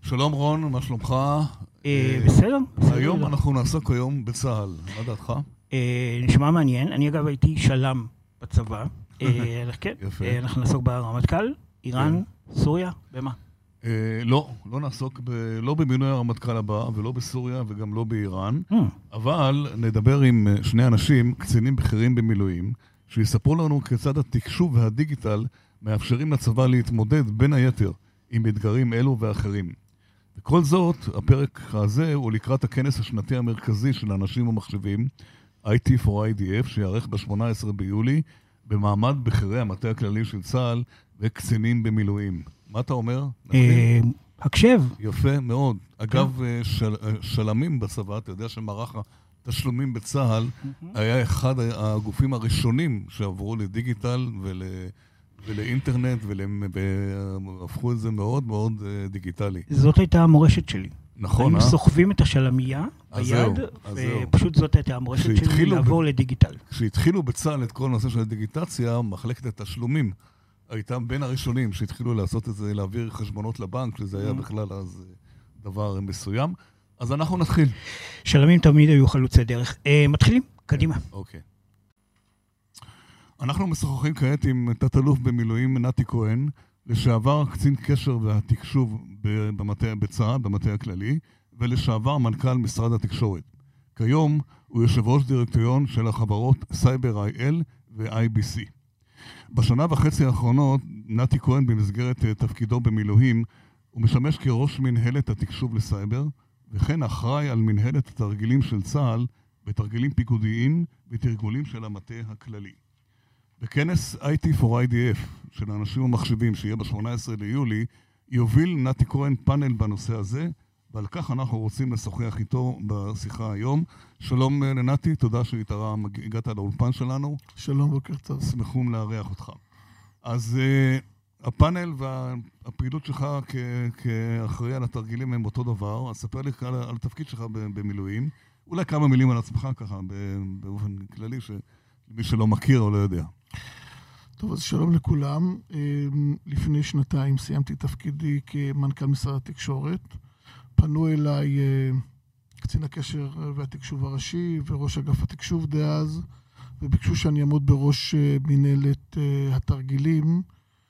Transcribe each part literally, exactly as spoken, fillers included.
שלום רון, מה שלומך? בסדר. היום אנחנו נעסוק היום בצה"ל, מה דעתך? נשמע מעניין, אני אגב הייתי שלם בצבא, כן, אנחנו נעסוק ברמטכ"ל, איראן, סוריה, במה? לא, לא נעסוק לא במינוי הרמטכ"ל הבא ולא בסוריה וגם לא באיראן, אבל נדבר עם שני אנשים, קצינים בכירים במילואים, שיספרו לנו כיצד התקשוב והדיגיטל מאפשרים לצבא להתמודד בין היתר עם אתגרים אלו ואחרים. וכל זאת, הפרק הזה הוא לקראת הכנס השנתי המרכזי של האנשים המחשבים, איי טי פור איי די אף, שיערך ב-שמונה עשרה ביולי, במעמד בכירי המטה הכללי של צה"ל וקצינים במילואים. מה אתה אומר? הקשב. יפה מאוד. אגב, שלמים בצבא, אתה יודע שמערך התשלומים בצה"ל היה אחד הגופים הראשונים שעברו לדיגיטל ול... ולאינטרנט, והפכו את זה מאוד מאוד דיגיטלי. זאת הייתה המורשת שלי. נכון, אה? היינו סוחבים את השלמייה ביד, ופשוט זאת הייתה המורשת שלי לעבור לדיגיטל. כשהתחילו בצה"ל את כל הנושא של הדיגיטציה, מחלקת התשלומים הייתה בין הראשונים שהתחילו לעשות את זה, להעביר חשבונות לבנק, שזה היה בכלל אז דבר מסוים. אז אנחנו נתחיל. שלמים תמיד היו חלוצי דרך. מתחילים? קדימה. אוקיי. אנחנו משוחחים כעת עם תת-אלוף במילואים נתי כהן, לשעבר קצין קשר והתקשוב במטה בצה"ל, במטה הכללי, ולשעבר מנכ"ל משרד התקשורת. כיום הוא יושב ראש דירקטוריון של החברות סייבר איי אל ו-איי בי סי. בשנה וחצי האחרונות, נתי כהן במסגרת תפקידו במילואים, הוא משמש כראש מנהלת התקשוב לסייבר, וכן אחראי על מנהלת התרגילים של צה"ל, בתרגילים פיקודיים ותרגולים של המטה הכללי. בכנס איי טי פור איי די אף של האנשים המחשבים שיהיה ב-שמונה עשרה ליולי, יוביל נתי כהן פאנל בנושא הזה, ועל כך אנחנו רוצים לשוחח איתו בשיחה היום. שלום לנתי, תודה שהגעת לאולפן שלנו. שלום, בוקר טוב. שמחים לארח אותך. אז uh, הפאנל והפעילות שלך כ- כאחראי על התרגילים הם אותו דבר, אז ספר לי על, על התפקיד שלך במילואים. אולי כמה מילים על עצמך ככה, באופן כללי, שמי שלא מכיר או לא יודע. טוב, אז שלום לכולם. לפני שנתיים סיימתי תפקידי כמנכ"ל משרד התקשורת. פנו אליי קצין הקשר והתקשוב הראשי וראש אגף התקשוב דאז, וביקשו שאני אעמוד בראש מנהלת התרגילים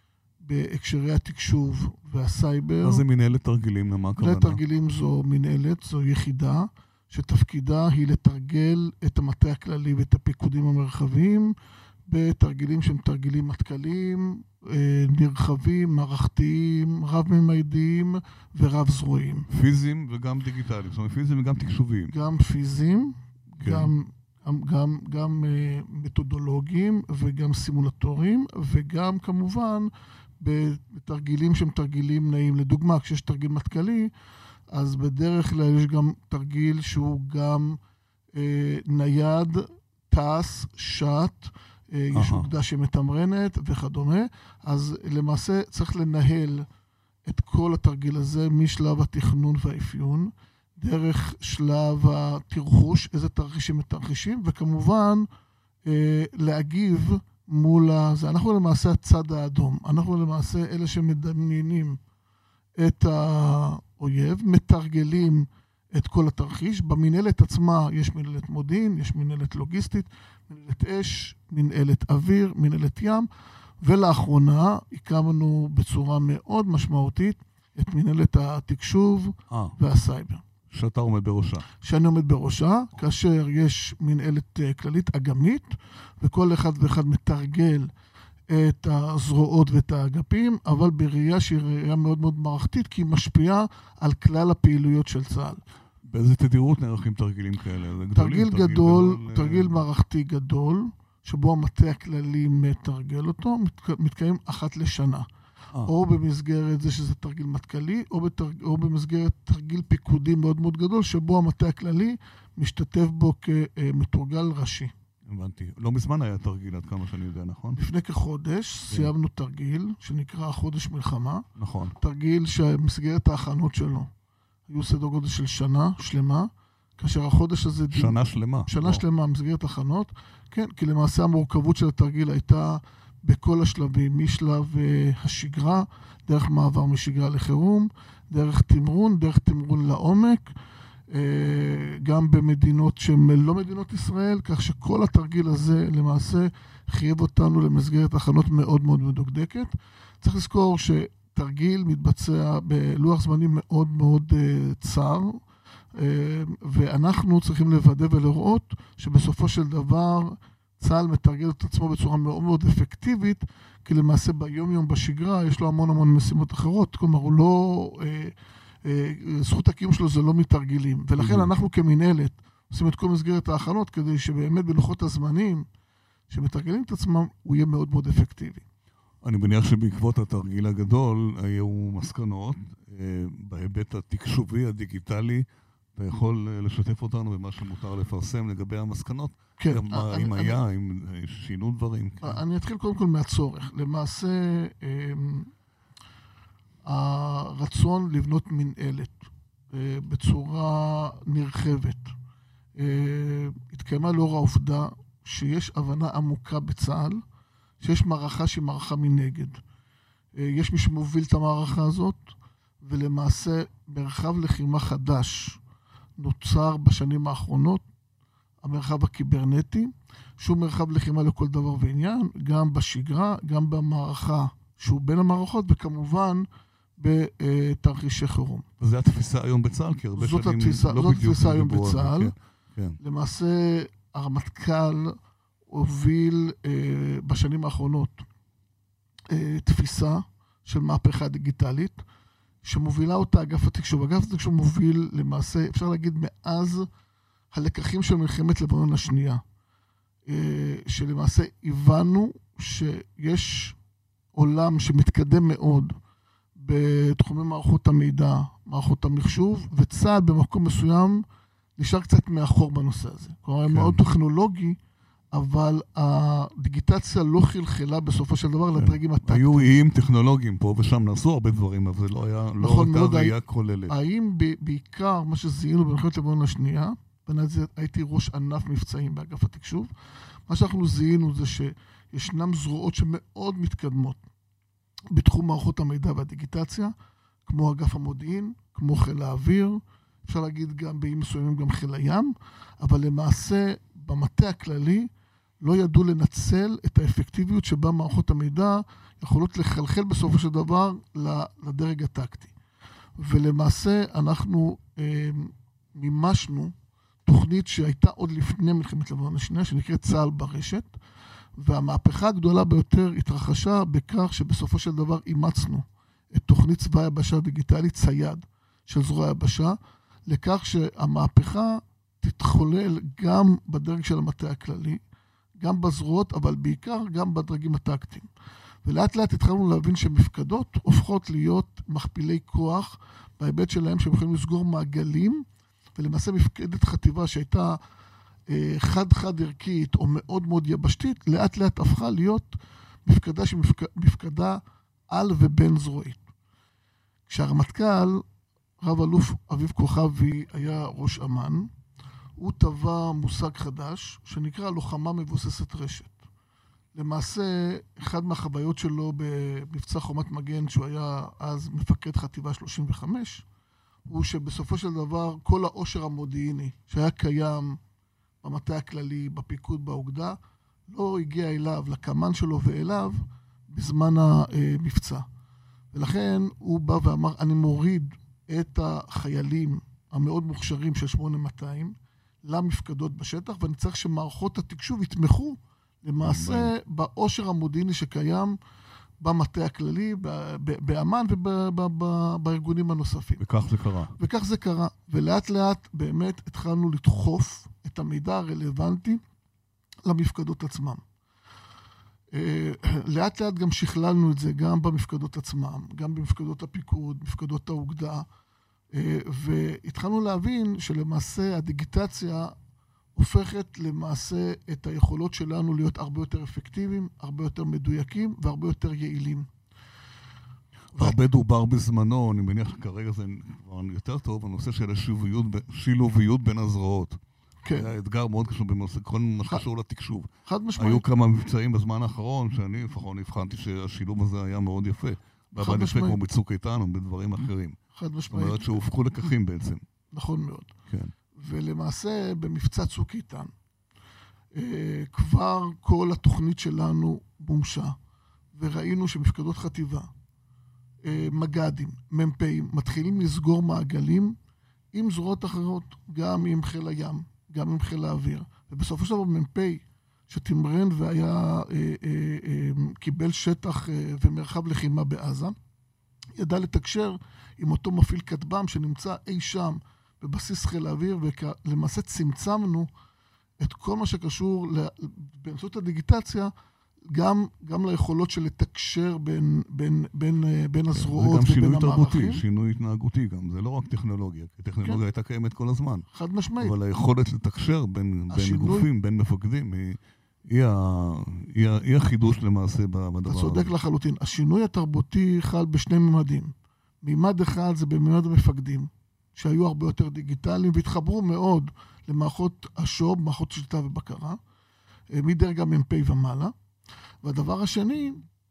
בהקשרי התקשוב והסייבר. מה זה מנהלת תרגילים? למה הכוונה? מנהלת תרגילים זו מנהלת, זו יחידה, שתפקידה היא לתרגל את המטה הכללי ואת הפיקודים המרחביים, בתרגילים שהם תרגילים מטכליים, נרחבים, מערכתיים, רב-ממדיים ורב זרועיים. פיזיים וגם דיגיטליים, זאת אומרת פיזיים וגם תקשוביים. גם פיזיים, כן. גם, גם, גם מתודולוגיים וגם סימולטוריים, וגם כמובן בתרגילים שהם תרגילים נעים. לדוגמה, כשיש תרגיל מטכלי, אז בדרך כלל יש גם תרגיל שהוא גם אה, נייד, טס, שט, יש עובדה שמתמרנת וכדומה, אז למעשה צריך לנהל את כל התרגיל הזה משלב התכנון והאפיון, דרך שלב התרחוש, איזה תרחישים מתרחישים, וכמובן להגיב מול זה. אנחנו למעשה הצד האדום, אנחנו למעשה אלה שמדמיינים את האויב, מתרגלים את כל התרחיש. במנהלת עצמה יש מנהלת מודיעין, יש מנהלת לוגיסטית, מנהלת אש, מנהלת אוויר, מנהלת ים, ולאחרונה הקמנו בצורה מאוד משמעותית את מנהלת התקשוב 아, והסייבר. שאתה עומד בראשה. שאני עומד בראשה, כאשר יש מנהלת כללית אגמית, וכל אחד ואחד מתרגל את הזרועות ואת האגפים, אבל בראייה שהיא ראייה מאוד מאוד מערכתית, כי היא משפיעה על כלל הפעילויות של צה"ל. באיזה תדירות נערכים תרגילים כאלה? תרגיל גדול, תרגיל מערכתי גדול, שבו המטה הכללי מתרגל אותו, מתקיים אחת לשנה. או במסגרת זה שזה תרגיל מטכלי, או במסגרת תרגיל פיקודי מאוד מאוד גדול, שבו המטה הכללי משתתף בו כמתורגל ראשי. הבנתי. לא מזמן היה תרגיל, עד כמה שאני יודע, נכון? לפני כחודש סיימנו תרגיל, שנקרא חודש מלחמה. נכון. תרגיל שמסגרת ההכנות שלו היו סדר גודל של שנה שלמה, כאשר החודש הזה... שנה שלמה. שנה שלמה, מסגרת הכנות. כן, כי למעשה המורכבות של התרגיל הייתה בכל השלבים, משלב השגרה, דרך מעבר משגרה לחירום, דרך תמרון, דרך תמרון לעומק, גם במדינות שהן לא מדינות ישראל, כך שכל התרגיל הזה למעשה חייב אותנו למסגרת הכנות מאוד מאוד מדוקדקת. צריך לזכור שתרגיל מתבצע בלוח זמנים מאוד מאוד צר, ואנחנו צריכים לוודא ולראות שבסופו של דבר צה"ל מתרגל את עצמו בצורה מאוד מאוד אפקטיבית, כי למעשה ביום יום בשגרה יש לו המון המון משימות אחרות, כלומר הוא לא, אה, אה, זכות הקיום שלו זה לא מתרגילים, ולכן אנחנו כמנהלת עושים את כל מסגרת ההכנות, כדי שבאמת בלוחות הזמנים שמתרגלים את עצמם, הוא יהיה מאוד מאוד אפקטיבי. אני מניח שבעקבות התרגיל הגדול היו מסקנות אה, בהיבט התקשובי, הדיגיטלי, אתה יכול לשתף אותנו במה שמותר לפרסם לגבי המסקנות? כן. גם אני, אם היה, אני, אם שינו דברים. כן. אני אתחיל קודם כל מהצורך. למעשה, אה, הרצון לבנות מנהלת אה, בצורה נרחבת, אה, התקיימה לאור העובדה שיש הבנה עמוקה בצה"ל, שיש מערכה שהיא מערכה מנגד. אה, יש מי שמוביל את המערכה הזאת, ולמעשה מרחב לחימה חדש, נוצר בשנים האחרונות, המרחב הקיברנטי, שהוא מרחב לחימה לכל דבר ועניין, גם בשגרה, גם במערכה שהוא בין המערכות, וכמובן בתרחישי חירום. וזו התפיסה היום בצה"ל, כי הרבה שנים התפיסה, לא זאת בדיוק התפיסה היום דיברו בצה"ל. כן, כן. למעשה, הרמטכ"ל הוביל אה, בשנים האחרונות אה, תפיסה של מהפכה דיגיטלית, שמובילה אותה אגף התקשוב. אגף התקשוב מוביל למעשה, אפשר להגיד, מאז הלקחים של מלחמת לבנון השנייה, שלמעשה הבנו שיש עולם שמתקדם מאוד בתחומי מערכות המידע, מערכות המחשוב, וצה"ל במקום מסוים נשאר קצת מאחור בנושא הזה. כלומר, כן. מאוד טכנולוגי, אבל הדיגיטציה לא חלחלה בסופו של דבר כן. לדרגים הטקטיים. היו איים טכנולוגיים פה ושם, נעשו הרבה דברים, אבל זה לא היה, נכון, לא הייתה ראייה כוללת. האם בעיקר מה שזיהינו במלחמת לבנון השנייה, בנזה הייתי ראש ענף מבצעים באגף התקשוב, מה שאנחנו זיהינו זה שישנם זרועות שמאוד מתקדמות בתחום מערכות המידע והדיגיטציה, כמו אגף המודיעין, כמו חיל האוויר, אפשר להגיד גם באיים מסוימים גם חיל הים, אבל למעשה במטה הכללי לא ידעו לנצל את האפקטיביות שבה מערכות המידע יכולות לחלחל בסופו של דבר לדרג הטקטי. ולמעשה אנחנו אה, מימשנו תוכנית שהייתה עוד לפני מלחמת לבנון השנייה, שנקראת צה"ל ברשת, והמהפכה הגדולה ביותר התרחשה בכך שבסופו של דבר אימצנו את תוכנית צבא היבשה דיגיטלית צייד של זרוע היבשה, לכך שהמהפכה תתחולל גם בדרג של המטה הכללי, גם בזרועות, אבל בעיקר גם בדרגים הטקטיים. ולאט לאט התחלנו להבין שמפקדות הופכות להיות מכפילי כוח, בהיבט שלהם שהם יכולים לסגור מעגלים, ולמעשה מפקדת חטיבה שהייתה אה, חד-חד ערכית או מאוד מאוד יבשתית, לאט לאט הפכה להיות מפקדה שמפקדה על ובין זרועית. כשהרמטכ"ל, רב אלוף אביב כוכבי, היה ראש אמ"ן, הוא טבע מושג חדש שנקרא לוחמה מבוססת רשת. למעשה, אחד מהחוויות שלו במבצע חומת מגן, שהוא היה אז מפקד חטיבה שלושים וחמש, הוא שבסופו של דבר כל העושר המודיעיני שהיה קיים במטה הכללי, בפיקוד, באוגדה, לא הגיע אליו, לקמן שלו ואליו, בזמן המבצע. ולכן הוא בא ואמר, אני מוריד את החיילים המאוד מוכשרים של שמונה מאתיים למפקדות בשטח, ואני צריך שמערכות התקשוב יתמכו למעשה בעושר המודיעיני שקיים במטה הכללי, באמן ובארגונים הנוספים. וכך זה קרה. וכך זה קרה. ולאט לאט באמת התחלנו לדחוף את המידע הרלוונטי למפקדות עצמם. לאט לאט גם שכללנו את זה גם במפקדות עצמם, גם במפקדות הפיקוד, מפקדות האוגדה, והתחלנו להבין שלמעשה הדיגיטציה הופכת למעשה את היכולות שלנו להיות הרבה יותר אפקטיביים, הרבה יותר מדויקים והרבה יותר יעילים. הרבה דובר בזמנו, אני מניח שכרגע זה כבר יותר טוב, הנושא של השילוביות בין הזרועות. כן. היה אתגר מאוד קשור בנושא, כל מה שקשור לתקשוב. חד משמעית. היו כמה מבצעים בזמן האחרון, שאני לפחות הבחנתי שהשילוב הזה היה מאוד יפה. בעבד יפה כמו בצוק איתן או בדברים אחרים. חד משמעית. זאת אומרת שהופקו לקחים בעצם. נכון מאוד. כן. ולמעשה, במבצע צוק איתן, כבר כל התוכנית שלנו מומשה, וראינו שמפקדות חטיבה, מג"דים, מ"פים, מתחילים לסגור מעגלים עם זרועות אחרות, גם עם חיל הים, גם עם חיל האוויר. ובסופו של דבר מ"פ שתמרן והיה, אה, אה, אה, קיבל שטח אה, ומרחב לחימה בעזה, ידע לתקשר עם אותו מפעיל כטב"ם שנמצא אי שם בבסיס חיל האוויר, ולמעשה צמצמנו את כל מה שקשור באמצעות הדיגיטציה, גם, גם ליכולות של לתקשר בין, בין, בין, בין הזרועות ובין המערכים. וגם שינוי תרבותי, שינוי התנהגותי גם. זה לא רק טכנולוגיה, כי טכנולוגיה כן. הייתה קיימת כל הזמן. חד משמעית. אבל היכולת לתקשר בין, השינוי... בין גופים, בין מפקדים, היא, היא, ה... היא, ה... היא החידוש למעשה בדבר הזה. אתה צודק לחלוטין. השינוי התרבותי חל בשני ממדים. מימד אחד זה במימד המפקדים, שהיו הרבה יותר דיגיטליים, והתחברו מאוד למערכות השוב, מערכות שליטה ובקרה, מדרג המ"פ ומעלה. והדבר השני,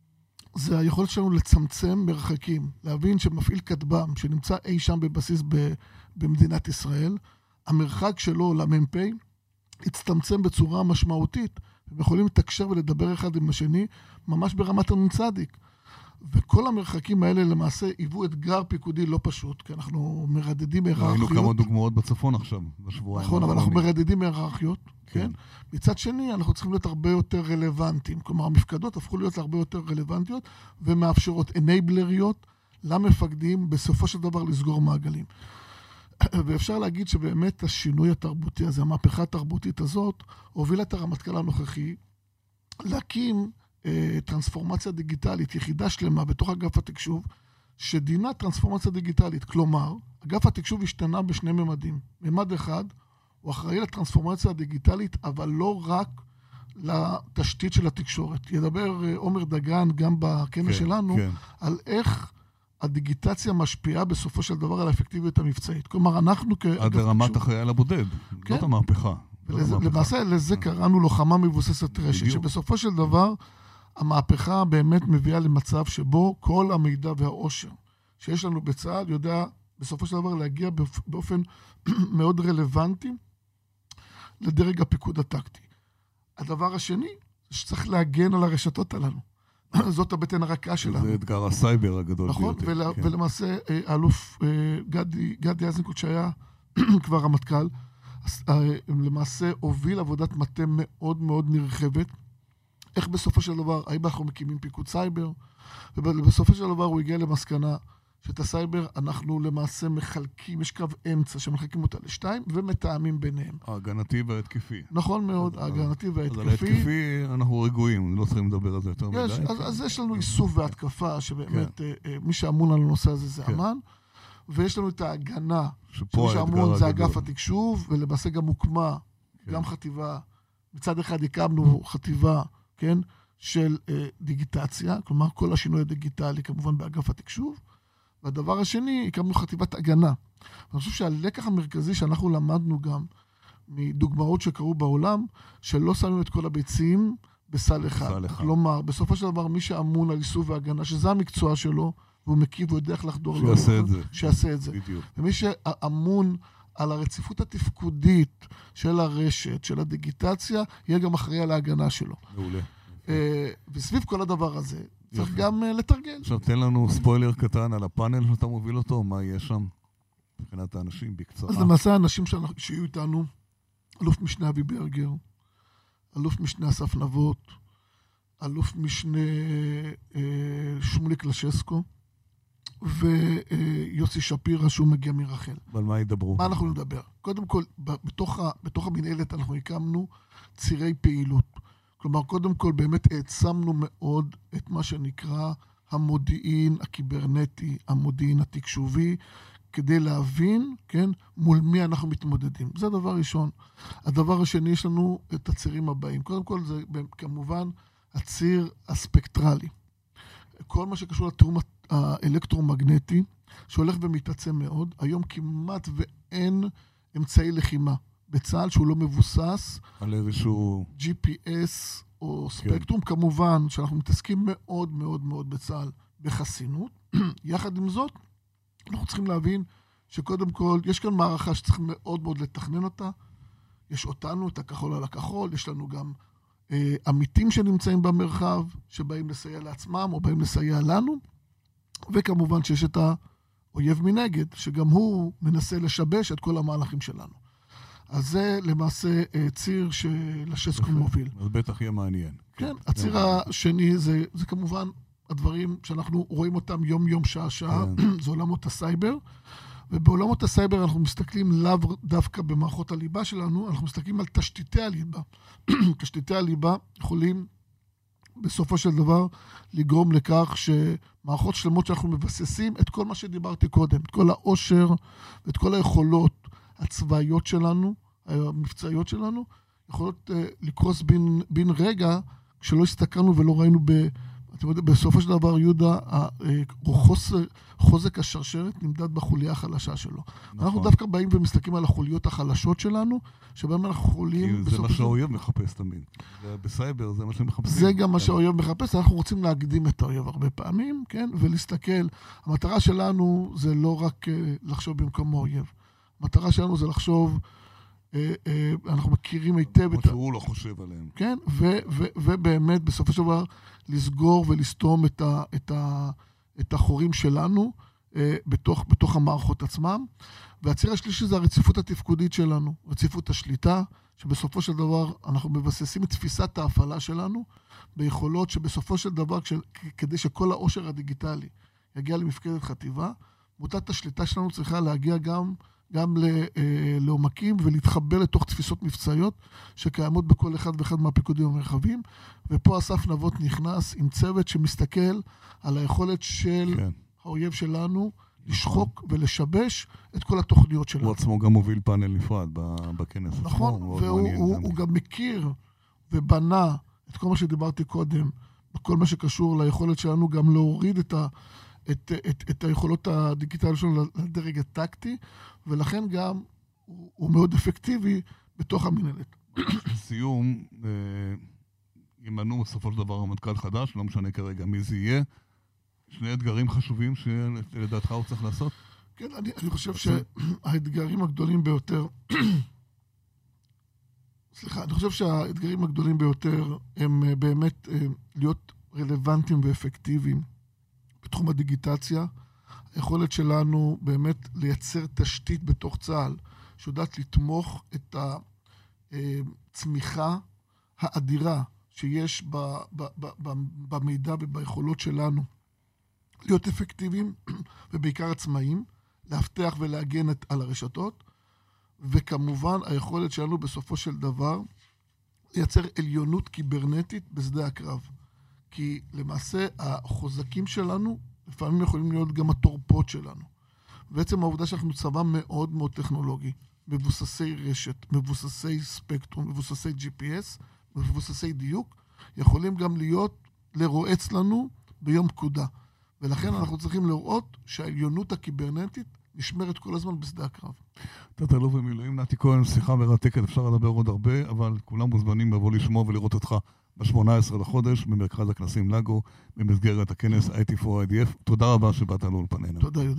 זה היכולת שלנו לצמצם מרחקים, להבין שמפעיל כטב"ם שנמצא אי שם בבסיס ב, במדינת ישראל, המרחק שלו למ"פ הצטמצם בצורה משמעותית, הם יכולים לתקשר ולדבר אחד עם השני, ממש ברמת הנ"צ. וכל המרחקים האלה למעשה היוו אתגר פיקודי לא פשוט, כי אנחנו מרדדים היררכיות. ראינו כמה דוגמאות בצפון עכשיו, בשבועיים. נכון, אבל אנחנו מרדדים היררכיות, כן? מצד שני, אנחנו צריכים להיות הרבה יותר רלוונטיים. כלומר, המפקדות הפכו להיות הרבה יותר רלוונטיות, ומאפשרות אנייבלריות למפקדים בסופו של דבר לסגור מעגלים. ואפשר להגיד שבאמת השינוי התרבותי הזה, המהפכה התרבותית הזאת, הובילה את הרמטכ"ל הנוכחי להקים טרנספורמציה דיגיטלית, יחידה שלמה בתוך אגף התקשוב, שדינה טרנספורמציה דיגיטלית. כלומר, אגף התקשוב השתנה בשני ממדים. ממד אחד, הוא אחראי לטרנספורמציה הדיגיטלית, אבל לא רק לתשתית של התקשורת. ידבר עומר דגן גם בכנס כן, שלנו, כן. על איך הדיגיטציה משפיעה בסופו של דבר על האפקטיביות המבצעית. כלומר, אנחנו כאגף תקשוב... עד רמת החייל הבודד. כן. זאת המהפכה. ולזה, למעשה, לזה קראנו לוחמה מבוססת רשת, שבסופו של דבר, המהפכה באמת מביאה למצב שבו כל המידע והעושר שיש לנו בצה"ל יודע בסופו של דבר להגיע באופן מאוד רלוונטי לדרג הפיקוד הטקטי. הדבר השני, שצריך להגן על הרשתות הללו. זאת הבטן הרכה שלנו. זה אתגר הסייבר הגדול נכון, ביותר. נכון, ול, כן. ולמעשה, האלוף גדי, גדי איזנקוט שהיה כבר רמטכ"ל, למעשה הוביל עבודת מטה מאוד מאוד נרחבת, איך בסופו של דבר, האם אנחנו מקימים פיקוד סייבר, ובסופו של דבר הוא הגיע למסקנה שאת הסייבר אנחנו למעשה מחלקים, יש קו אמצע שמחלקים אותה לשתיים, ומתאמים ביניהם. ההגנתי וההתקפי. נכון מאוד, ההגנתי וההתקפי. אז על ההתקפי אנחנו רגועים, לא צריכים לדבר על זה יותר מדי. אז יש לנו איסוף והתקפה, שבאמת מי שאמון על הנושא הזה זה אמן, ויש לנו את ההגנה, שמי שאמון זה אגף התקשוב, ולמעשה גם הוקמה, גם חטיבה, מצד אחד הקמנו חטיבה, כן, של אה, דיגיטציה, כלומר כל השינוי הדיגיטלי כמובן באגף התקשוב, והדבר השני, הקמנו חטיבת הגנה. אני חושב שהלקח המרכזי שאנחנו למדנו גם מדוגמאות שקרו בעולם, שלא שמים את כל הביצים בסל אחד. בסל אחד. כלומר, בסופו של דבר מי שאמון על איסוף והגנה, שזה המקצוע שלו, והוא מקיף ויודע איך לחדור. שיעשה את זה. שיעשה את זה. בדיוק. ומי שאמון על הרציפות התפקודית של הרשת, של הדיגיטציה, יהיה גם אחראי על ההגנה שלו. מעולה. וסביב כל הדבר הזה, צריך גם לתרגל. עכשיו, תן לנו ספוילר קטן על הפאנל שאתה מוביל אותו, מה יהיה שם מבחינת האנשים בקצרה. אז למעשה האנשים שיהיו איתנו, אלוף משנה אבי ברגר, אלוף משנה אסף נבות, אלוף משנה שמוליק לשסקו, ויוסי שפירא שהוא מגיע מרחל. ועל מה ידברו? מה אנחנו נדבר? קודם כל, בתוך, בתוך המנהלת אנחנו הקמנו צירי פעילות. כלומר, קודם כל באמת העצמנו מאוד את מה שנקרא המודיעין הקיברנטי, המודיעין התקשובי, כדי להבין, כן, מול מי אנחנו מתמודדים. זה הדבר ראשון. הדבר השני, יש לנו את הצירים הבאים. קודם כל, זה כמובן הציר הספקטרלי. כל מה שקשור לתיאום האלקטרומגנטי, שהולך ומתעצם מאוד, היום כמעט ואין אמצעי לחימה בצה"ל שהוא לא מבוסס על איזשהו ג'י פי אס או ספקטרום, כן. כמובן שאנחנו מתעסקים מאוד מאוד מאוד בצה"ל בחסינות. יחד עם זאת, אנחנו צריכים להבין שקודם כל, יש כאן מערכה שצריך מאוד מאוד לתכנן אותה. יש אותנו, את הכחול על הכחול, יש לנו גם אה, עמיתים שנמצאים במרחב, שבאים לסייע לעצמם או באים לסייע לנו, וכמובן שיש את האויב מנגד, שגם הוא מנסה לשבש את כל המהלכים שלנו. אז זה למעשה אה, ציר שלשסקו מוביל. אז בטח יהיה מעניין. כן, הציר השני זה, זה כמובן הדברים שאנחנו רואים אותם יום יום שעה שעה, זה עולמות הסייבר, ובעולמות הסייבר אנחנו מסתכלים לאו דווקא במערכות הליבה שלנו, אנחנו מסתכלים על תשתיתי הליבה. תשתיתי הליבה יכולים בסופו של דבר לגרום לכך שמערכות שלמות שאנחנו מבססים את כל מה שדיברתי קודם, את כל העושר ואת כל היכולות הצבאיות שלנו, המבצעיות שלנו, יכולות uh, לקרוס בין, בין רגע כשלא הסתכלנו ולא ראינו ב... אתם יודעים, בסופו של דבר, יהודה, חוזק השרשרת נמדד בחוליה החלשה שלו. נכון. אנחנו דווקא באים ומסתכלים על החוליות החלשות שלנו, שבהם אנחנו יכולים... כי זה מה שהאויב מחפש תמיד. בסייבר זה מה שהם מחפשים. זה גם מה שהאויב מחפש, אנחנו רוצים להקדים את האויב הרבה פעמים, כן? ולהסתכל. המטרה שלנו זה לא רק לחשוב במקום האויב. המטרה שלנו זה לחשוב... אנחנו מכירים היטב את... שהוא לא חושב עליהם. כן, ובאמת בסופו של דבר לסגור ולסתום את החורים שלנו בתוך המערכות עצמם. והציר השלישי זה הרציפות התפקודית שלנו, רציפות השליטה, שבסופו של דבר אנחנו מבססים את תפיסת ההפעלה שלנו, ביכולות שבסופו של דבר, כדי שכל העושר הדיגיטלי יגיע למפקדת חטיבה, מוטת השליטה שלנו צריכה להגיע גם... גם לעומקים ולהתחבר לתוך תפיסות מבצעיות שקיימות בכל אחד ואחד מהפיקודים המרחבים, ופה אסף נבות נכנס עם צוות שמסתכל על היכולת של כן. האויב שלנו לשחוק ולשבש את כל התוכניות שלנו. הוא עצמו גם מוביל פאנל נפרד בכנס. נכון, והוא הוא, הוא גם מכיר ובנה את כל מה שדיברתי קודם, בכל מה שקשור ליכולת שלנו גם להוריד את ה... את, את, את היכולות הדיגיטליות שלנו לדרג הטקטי, ולכן גם הוא, הוא מאוד אפקטיבי בתוך המנהלת. סיום, ימנו בסופו של דבר רמטכ"ל חדש, לא משנה כרגע מי זה יהיה, שני אתגרים חשובים שלדעתך הוא צריך לעשות? כן, אני, אני חושב שהאתגרים הגדולים ביותר, סליחה, אני חושב שהאתגרים הגדולים ביותר הם באמת להיות רלוונטיים ואפקטיביים, בתחום הדיגיטציה, היכולת שלנו באמת לייצר תשתית בתוך צה"ל, שיודעת לתמוך את הצמיחה האדירה שיש ב, ב, ב, ב, במידע וביכולות שלנו, להיות אפקטיביים ובעיקר עצמאיים, להבטח ולהגן על הרשתות, וכמובן היכולת שלנו בסופו של דבר לייצר עליונות קיברנטית בשדה הקרב. כי למעשה החוזקים שלנו לפעמים יכולים להיות גם התורפות שלנו. בעצם העובדה שאנחנו צבא מאוד מאוד טכנולוגי, מבוססי רשת, מבוססי ספקטרום, מבוססי ג'י פי אס, מבוססי דיוק, יכולים גם להיות לרועץ לנו ביום פקודה. ולכן אנחנו צריכים לראות שהעליונות הקיברנטית נשמרת כל הזמן בשדה הקרב. תת-אלוף במילואים נתי כהן, שיחה מרתקת, אפשר לדבר עוד הרבה, אבל כולם מוזמנים לבוא לשמוע ולראות אותך ב-שמונה עשרה לחודש במרכז הכנסים לגו, במסגרת הכנס איי טי פור איי די אף. תודה רבה שבאת לאולפנינו. תודה יהודה.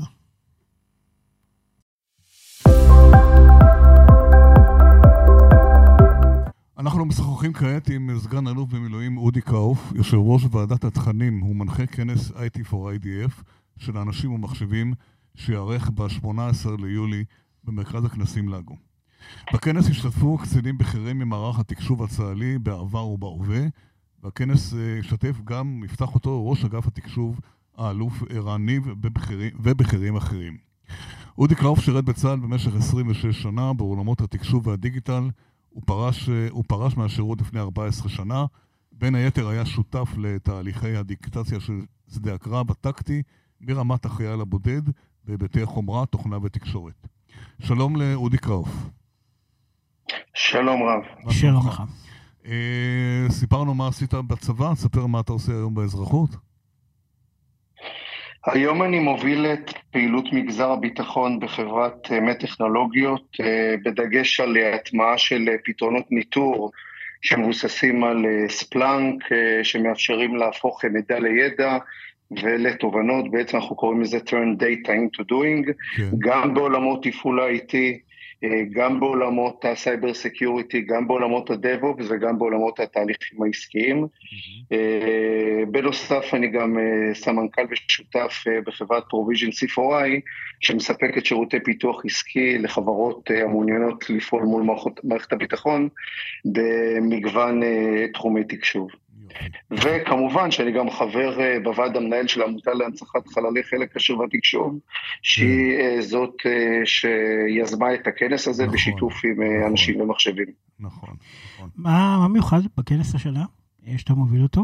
אנחנו משוחחים כעת עם סגן אלוף במילואים אודי קאוף, יושב ראש ועדת התכנים, הוא מנחה כנס איי טי פור איי די אף של האנשים ומחשבים שיערך ב-שמונה עשר ליולי במרכז הכנסים לגו. בכנס השתתפו קצינים בכירים ממערך התקשוב הצה"לי בעבר ובהווה, והכנס השתתף גם, יפתח אותו ראש אגף התקשוב האלוף ערן ניב ובכירים אחרים. אודי קאוף שירת בצה"ל במשך עשרים ושש שנה בעולמות התקשוב והדיגיטל, הוא פרש, הוא פרש מהשירות לפני ארבע עשרה שנה, בין היתר היה שותף לתהליכי הדיגיטציה של שדה הקרב הטקטי מרמת החייל הבודד בהיבטי חומרה, תוכנה ותקשורת. שלום לאודי קאוף. שלום רב. שלום לך. סיפרנו מה עשית בצבא, ספר מה אתה עושה היום באזרחות. היום אני מוביל את פעילות מגזר הביטחון בחברת מט-טכנולוגיות, בדגש על הטמעה של פתרונות ניטור שמבוססים על ספלנק, שמאפשרים להפוך מידע לידע ולתובנות. בעצם אנחנו קוראים לזה turn data into doing, כן. גם בעולמות תפעול ה-איי טי, גם בעולמות הסייבר סקיוריטי, גם בעולמות הדב-אופס וגם בעולמות התהליכים העסקיים. Mm-hmm. בנוסף אני גם סמנכ"ל ושותף בחברת פרוביז'ן סי פור איי, שמספקת שירותי פיתוח עסקי לחברות המעוניינות לפעול מול מערכות, מערכת הביטחון במגוון תחומי תקשוב. וכמובן שאני גם חבר בוועד המנהל של העמותה להנצחת חללי חיל הקשר והתקשוב, שהיא זאת שיזמה את הכנס הזה בשיתוף עם אנשים ומחשבים. נכון, נכון. מה מיוחד בכנס השנה? שאתה מוביל אותו?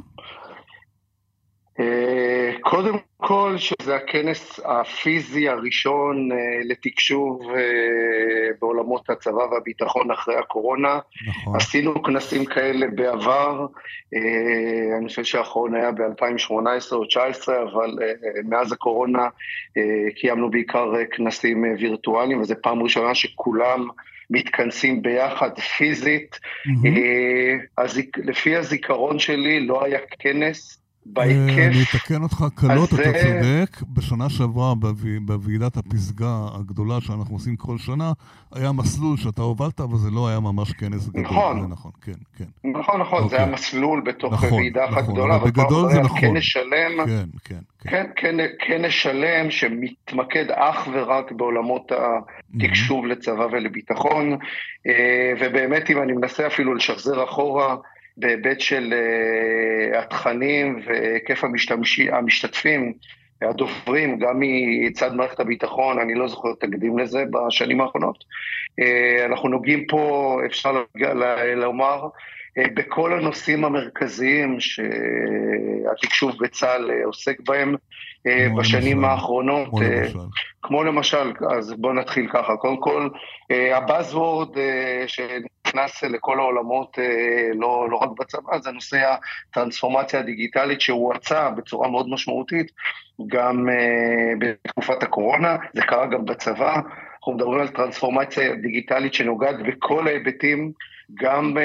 קודם כל שזה הכנס הפיזי הראשון לתקשוב בעולמות הצבא והביטחון אחרי הקורונה. נכון. עשינו כנסים כאלה בעבר, אני חושב שהאחרון היה ב-אלפיים שמונה עשרה או תשע עשרה, אבל מאז הקורונה קיימנו בעיקר כנסים וירטואליים, וזו פעם ראשונה שכולם מתכנסים ביחד פיזית. Mm-hmm. אז לפי הזיכרון שלי לא היה כנס בהיקף. אני אתקן אותך קלות, אתה צודק. בשנה שעברה בוועידת הפסגה הגדולה שאנחנו עושים כל שנה, היה מסלול שאתה הובלת, אבל זה לא היה ממש כנס גדול. נכון. נכון, כן, כן. נכון, נכון, זה היה מסלול בתוך ועידה אחת גדולה. אבל בגדול זה נכון. כנס שלם. כן, כן. כן, כנס שלם שמתמקד אך ורק בעולמות התקשוב לצבא ולביטחון, ובאמת אם אני מנסה אפילו לשחזר אחורה, בהיבט של uh, התכנים והיקף המשתתפים, הדוברים, גם מצד מערכת הביטחון, אני לא זוכר תקדים לזה בשנים האחרונות. Uh, אנחנו נוגעים פה, אפשר לומר, uh, בכל הנושאים המרכזיים שהתקשוב בצה"ל uh, עוסק בהם uh, בשנים למשל. האחרונות. כמו uh, למשל. כמו למשל, אז בואו נתחיל ככה. קודם כל, uh, הבאזוורד uh, של... נכנס לכל העולמות, לא, לא רק בצבא, זה נושא הטרנספורמציה הדיגיטלית שהואצה בצורה מאוד משמעותית, גם בתקופת הקורונה, זה קרה גם בצבא. אנחנו מדברים על טרנספורמציה דיגיטלית שנוגעת בכל ההיבטים, גם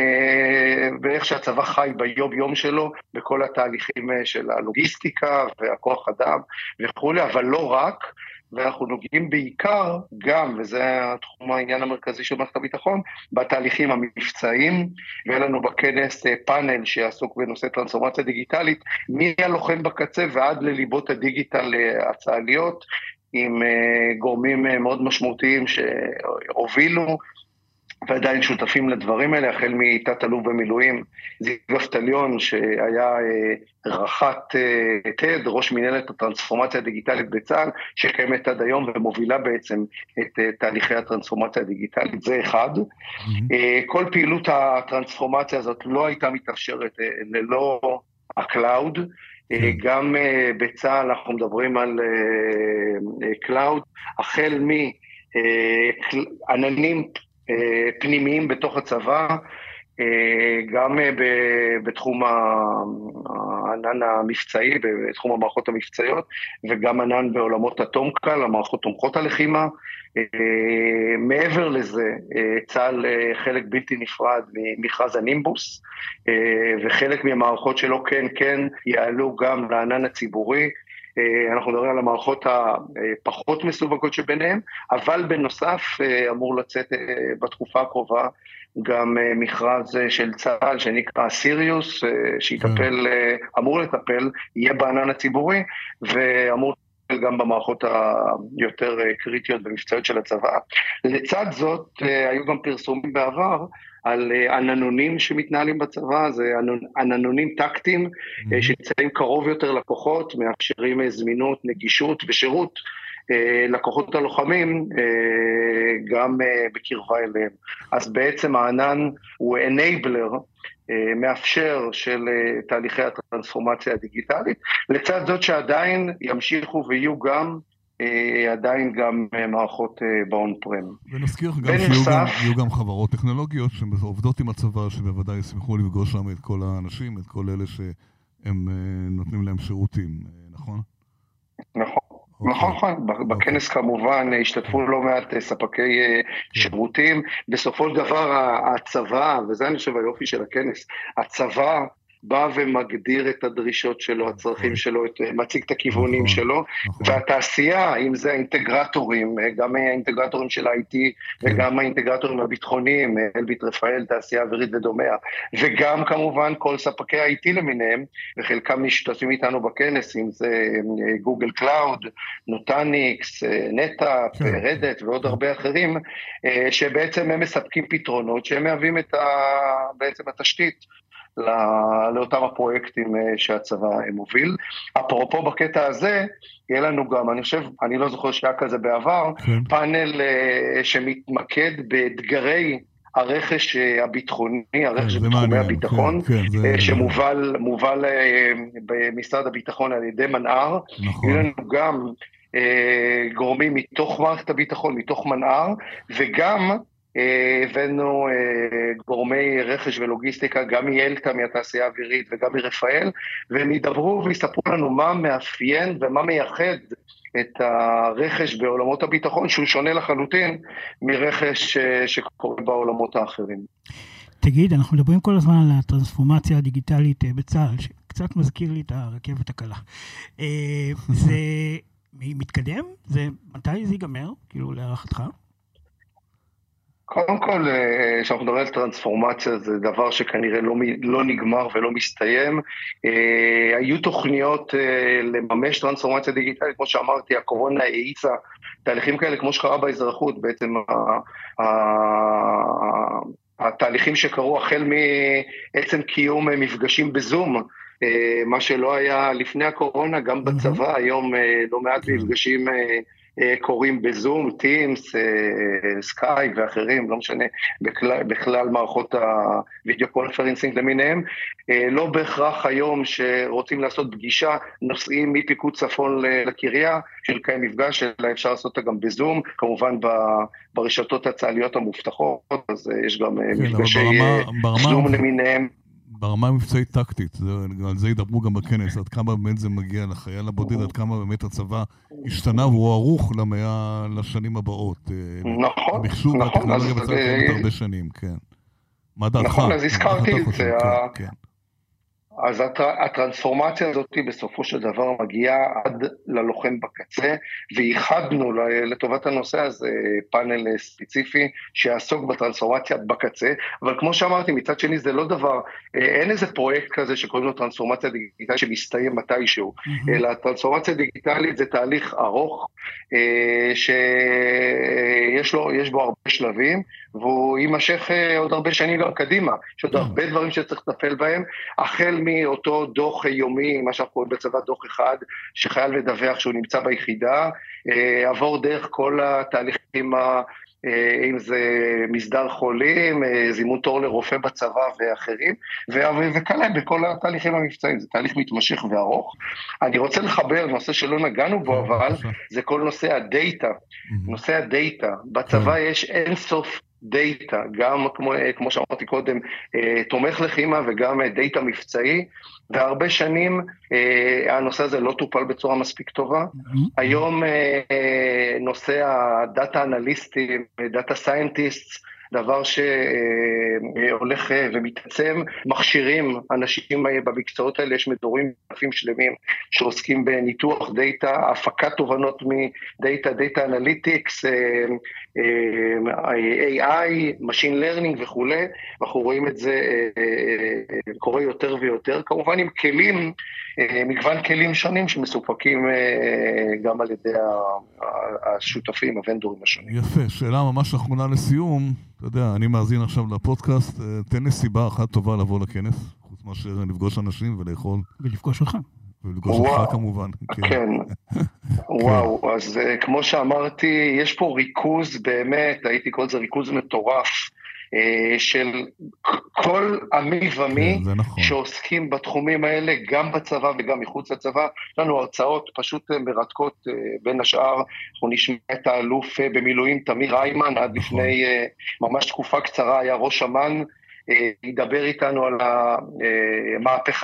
באיך שהצבא חי ביום יום שלו, בכל התהליכים של הלוגיסטיקה והכוח אדם וכו', אבל לא רק, ואנחנו נוגעים בעיקר גם, וזה התחום העניין המרכזי של מערכת הביטחון, בתהליכים המבצעיים, ויהיה לנו בכנס פאנל שיעסוק בנושא טרנספורמציה דיגיטלית, מהלוחם בקצה ועד לליבות הדיגיטל הצה"ליות, עם גורמים מאוד משמעותיים שהובילו, ועדיין שותפים לדברים האלה, החל מתת אלוף במילואים, זיו אבטליון, שהיה רח"ט תד, ראש מנהלת הטרנספורמציה הדיגיטלית בצה"ל, שקיימת עד היום ומובילה בעצם את תהליכי הטרנספורמציה הדיגיטלית, זה אחד. Mm-hmm. כל פעילות הטרנספורמציה הזאת לא הייתה מתאפשרת ללא הקלאוד, mm-hmm. גם בצה"ל אנחנו מדברים על קלאוד, החל מעננים, פנימיים בתוך הצבא, גם בתחום הענן המבצעי, בתחום המערכות המבצעיות, וגם ענן בעולמות התומקל, המערכות תומכות הלחימה. מעבר לזה, צה"ל חלק בלתי נפרד ממכרז הנימבוס, וחלק מהמערכות שלו כן כן יעלו גם לענן הציבורי. אנחנו מדברים על המערכות הפחות מסווגות שביניהם, אבל בנוסף אמור לצאת בתקופה הקרובה גם מכרז של צה"ל שנקרא סיריוס, שיטפל, אמור לטפל, יהיה בענן הציבורי, ואמור לטפל גם במערכות היותר קריטיות במבצעיות של הצבא. לצד זאת, היו גם פרסומים בעבר, על עננונים שמתנהלים בצבא, זה עננונים טקטיים, mm-hmm. שנמצאים קרוב יותר לקוחות, מאפשרים זמינות, נגישות ושירות לקוחות הלוחמים, גם בקרבה אליהם. אז בעצם הענן הוא enabler, מאפשר של תהליכי הטרנספורמציה הדיגיטלית, לצד זאת שעדיין ימשיכו ויהיו גם, עדיין גם מערכות באון פרם. ונזכיר גם שיהיו גם, יהיו גם חברות טכנולוגיות שעובדות עם הצבא, שבוודאי ישמחו לפגוש שם את כל האנשים, את כל אלה שהם נותנים להם שירותים, נכון? נכון. נכון, נכון, בכנס כמובן השתתפו לא מעט ספקי שירותים, בסופו של דבר הצבא, וזה אני חושב היופי של הכנס, הצבא בא ומגדיר את הדרישות שלו, הצרכים שלו, מציג את הכיוונים שלו, והתעשייה, אם זה האינטגרטורים, גם האינטגרטורים של ה-איי טי, וגם האינטגרטורים הביטחוניים, אלביט רפאל, תעשייה אווירית ודומיה, וגם כמובן כל ספקי ה-איי טי למיניהם, וחלקם משתתפים איתנו בכנס, אם זה גוגל קלאוד, נוטניקס, נטאפ, רדט ועוד הרבה אחרים, שבעצם הם מספקים פתרונות, שהם מהווים את בעצם התשתית, לאותם הפרויקטים שהצבא מוביל. אפרופו בקטע הזה, יהיה לנו גם, אני חושב, אני לא זוכר שהיה כזה בעבר, כן. פאנל שמתמקד באתגרי הרכש הביטחוני, הרכש בתחומי הביטחון, כן, כן, זה... שמובל מובל במשרד הביטחון על ידי מנער. נכון. יהיה לנו גם גורמים מתוך מערכת הביטחון, מתוך מנער, וגם הבאנו גורמי רכש ולוגיסטיקה, גם מאלתא, מהתעשייה האווירית וגם מרפאל, והם ידברו ויספרו לנו מה מאפיין ומה מייחד את הרכש בעולמות הביטחון, שהוא שונה לחלוטין מרכש שקורה בעולמות האחרים. תגיד, אנחנו מדברים כל הזמן על הטרנספורמציה הדיגיטלית בצה"ל, שקצת מזכיר לי את הרכבת הקלה. זה מתקדם? זה, מתי זה ייגמר? כאילו, להערכתך? קודם כל, כשאנחנו מדברים על טרנספורמציה, זה דבר שכנראה לא, לא נגמר ולא מסתיים. היו תוכניות לממש טרנספורמציה דיגיטלית, כמו שאמרתי, הקורונה האיצה תהליכים כאלה, כמו שקרה באזרחות, בעצם התהליכים שקרו החל מעצם קיום מפגשים בזום, מה שלא היה לפני הקורונה, גם בצבא, היום לא מעט מפגשים קוראים בזום, טימס, סקייפ ואחרים, לא משנה, בכלל, בכלל מערכות הווידאו קונפרנסינג למיניהם, לא בהכרח היום שרוצים לעשות פגישה, נוסעים מפיקוד צפון לקריה, שלקיים מפגש, אלא אפשר לעשות אותה גם בזום, כמובן ברשתות הצה"ליות המובטחות, אז יש גם כן, מפגשי זום למיניהם. ברמה המבצעית טקטית, על זה ידברו גם בכנס, עד כמה באמת זה מגיע לחייל הבודד, עד כמה באמת הצבא השתנה והוא ערוך למאה, לשנים הבאות. נכון, המחשוב והטכנולוגיה בצבא קיימת הרבה שנים, כן. מה דעתך? נכון, אז הזכרתי את זה. אז הטרנספורמציה הזאת בסופו של דבר מגיעה עד ללוחם בקצה, וייחדנו לטובת הנושא הזה פאנל ספציפי שיעסוק בטרנספורמציה בקצה, אבל כמו שאמרתי, מצד שני זה לא דבר, אין איזה פרויקט כזה שקוראים לו טרנספורמציה דיגיטלית שמסתיים מתישהו, אלא טרנספורמציה דיגיטלית זה תהליך ארוך, שיש לו, יש בו הרבה שלבים, והוא יימשך עוד הרבה שנים גם קדימה, יש עוד הרבה דברים שצריך לטפל בהם, החל מאותו דוח יומי, מה שאנחנו קוראים בצבא דוח אחד, שחייל מדווח שהוא נמצא ביחידה, עבור דרך כל התהליכים, אם זה מסדר חולים, זימון תור לרופא בצבא ואחרים, וכאלה בכל התהליכים המבצעיים, זה תהליך מתמשך וארוך. אני רוצה לחבר, נושא שלא נגענו בו, אבל זה כל נושא הדאטה, נושא הדאטה, בצבא יש אין סוף דאטה, גם כמו, כמו שאמרתי קודם, תומך לחימה וגם דאטה מבצעי, והרבה שנים הנושא הזה לא טופל בצורה מספיק טובה. היום נושא הדאטה אנליסטים, דאטה סיינטיסט, דבר שהולך ומתעצם, מכשירים אנשים במקצועות האלה, יש מדורים ענפים שלמים שעוסקים בניתוח דאטה, הפקת תובנות מדאטה, דאטה אנליטיקס, איי איי, Machine Learning וכו'. אנחנו רואים את זה קורה יותר ויותר, כמובן עם כלים, מגוון כלים שונים שמסופקים גם על ידי השותפים, הוונדורים השונים. יפה, שאלה ממש אחרונה לסיום, אתה יודע, אני מאזין עכשיו לפודקאסט, תן לי סיבה אחת טובה לבוא לכנס, חוץ מאשר לפגוש אנשים ולאכול. ולפגוש אותך. ולפגוש אותך כמובן. כן, וואו, אז כמו שאמרתי, יש פה ריכוז באמת, הייתי קורא לזה ריכוז מטורף, של כל עמי ומי שעוסקים בתחומים האלה, גם בצבא וגם מחוץ לצבא. יש לנו הרצאות פשוט מרתקות, בין השאר אנחנו נשמע את האלוף במילואים תמיר איימן, עד לפני ממש תקופה קצרה היה ראש אמ"ן, ידבר איתנו על המהפכה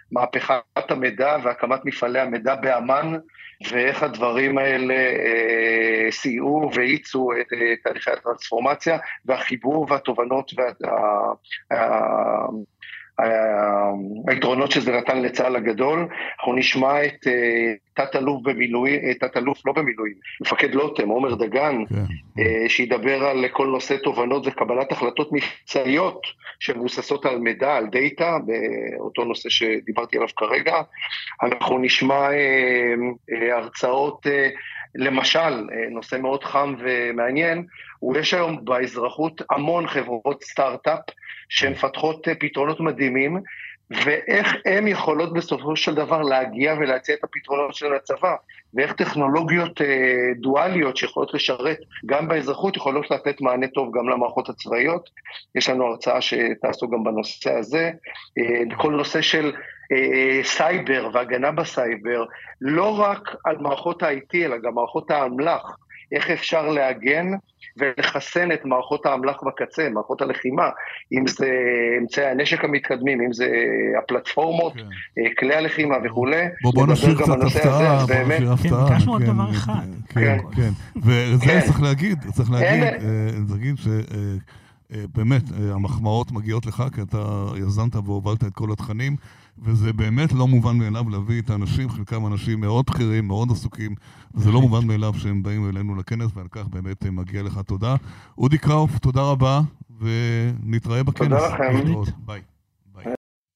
מהפכת המידע והקמת מפעלי המידע באמן, ואיך הדברים האלה אה, סייעו והאיצו את אה, תהליכי הטרנספורמציה, והחיבור והתובנות וה... אה, היתרונות שזה נתן לצה"ל הגדול. אנחנו נשמע את תת-אלוף במילואים, תת-אלוף לא במילואים, מפקד לוטם, עומר דגן, שידבר על כל נושא תובנות וקבלת החלטות מבצעיות שמבוססות על מידע, על דאטה, באותו נושא שדיברתי עליו כרגע. אנחנו נשמע הרצאות, למשל, נושא מאוד חם ומעניין, ויש היום באזרחות המון חברות סטארט-אפ שמפתחות פתרונות מדהימים, ואיך הן יכולות בסופו של דבר להגיע ולהציע את הפתרונות של הצבא, ואיך טכנולוגיות דואליות שיכולות לשרת גם באזרחות, יכולות לתת מענה טוב גם למערכות הצבאיות. יש לנו הרצאה שתעשו גם בנושא הזה, כל נושא של סייבר והגנה בסייבר, לא רק על מערכות ה-איי טי, אלא גם מערכות האמל"ח, איך אפשר להגן ולחסן את מערכות האמל"ח בקצה, מערכות הלחימה, אם זה אמצעי הנשק המתקדמים, אם זה הפלטפורמות, כלי הלחימה וכו'. בוא נשאיר קצת הפתעה, בוא נשאיר הפתעה. כן, ביקשנו עוד דבר אחד. כן, כן. וזה צריך להגיד, צריך להגיד, נגיד שבאמת המחמאות מגיעות לך, כי אתה יזמת והובלת את כל התכנים, וזה באמת לא מובן מאליו להביא את האנשים, חלקם אנשים מאוד בכירים, מאוד עסוקים, וזה לא מובן מאליו שהם באים אלינו לכנס, ועל כך באמת מגיע לך תודה. אודי קראוף, תודה רבה, ונתראה בכנס. תודה לכם. ביי. ביי.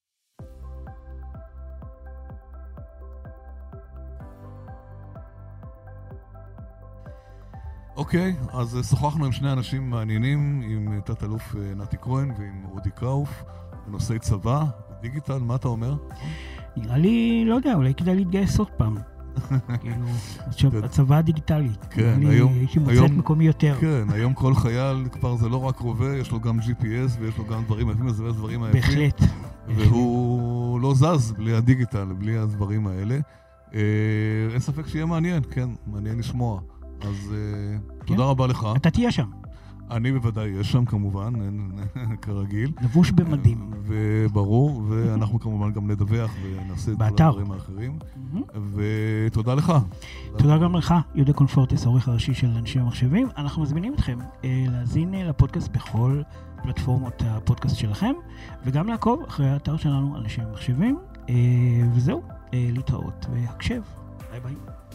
אוקיי, אז שוחחנו עם שני אנשים מעניינים, עם תת-אלוף נתי כהן ועם אודי קראוף, בנושאי צבא. דיגיטל, מה אתה אומר? נראה לי, לא יודע, אולי כדאי להתגייס עוד פעם. כאילו, הצבא הדיגיטלית. כן, היום... הייתי מוצא את מקומי יותר. כן, היום כל חייל כבר זה לא רק רובה, יש לו גם ג'י פי אס ויש לו גם דברים היפים, וזה דברים היפים. בהחלט. והוא לא זז בלי הדיגיטל, בלי הדברים האלה. אין ספק שיהיה מעניין, כן, מעניין לשמוע. אז תודה רבה לך. אתה תהיה שם. אני בוודאי יש שם כמובן, כרגיל. לבוש במדים. וברור, ואנחנו כמובן גם נדווח ונעשה את כל הדברים האחרים. ותודה לך. תודה גם לך, יהודה קונפורטס, העורך הראשי של אנשי המחשבים. אנחנו מזמינים אתכם להזין לפודקאסט בכל פלטפורמות הפודקאסט שלכם, וגם לעקוב אחרי האתר שלנו, אנשי המחשבים. וזהו, להתראות והקשב. ביי ביי.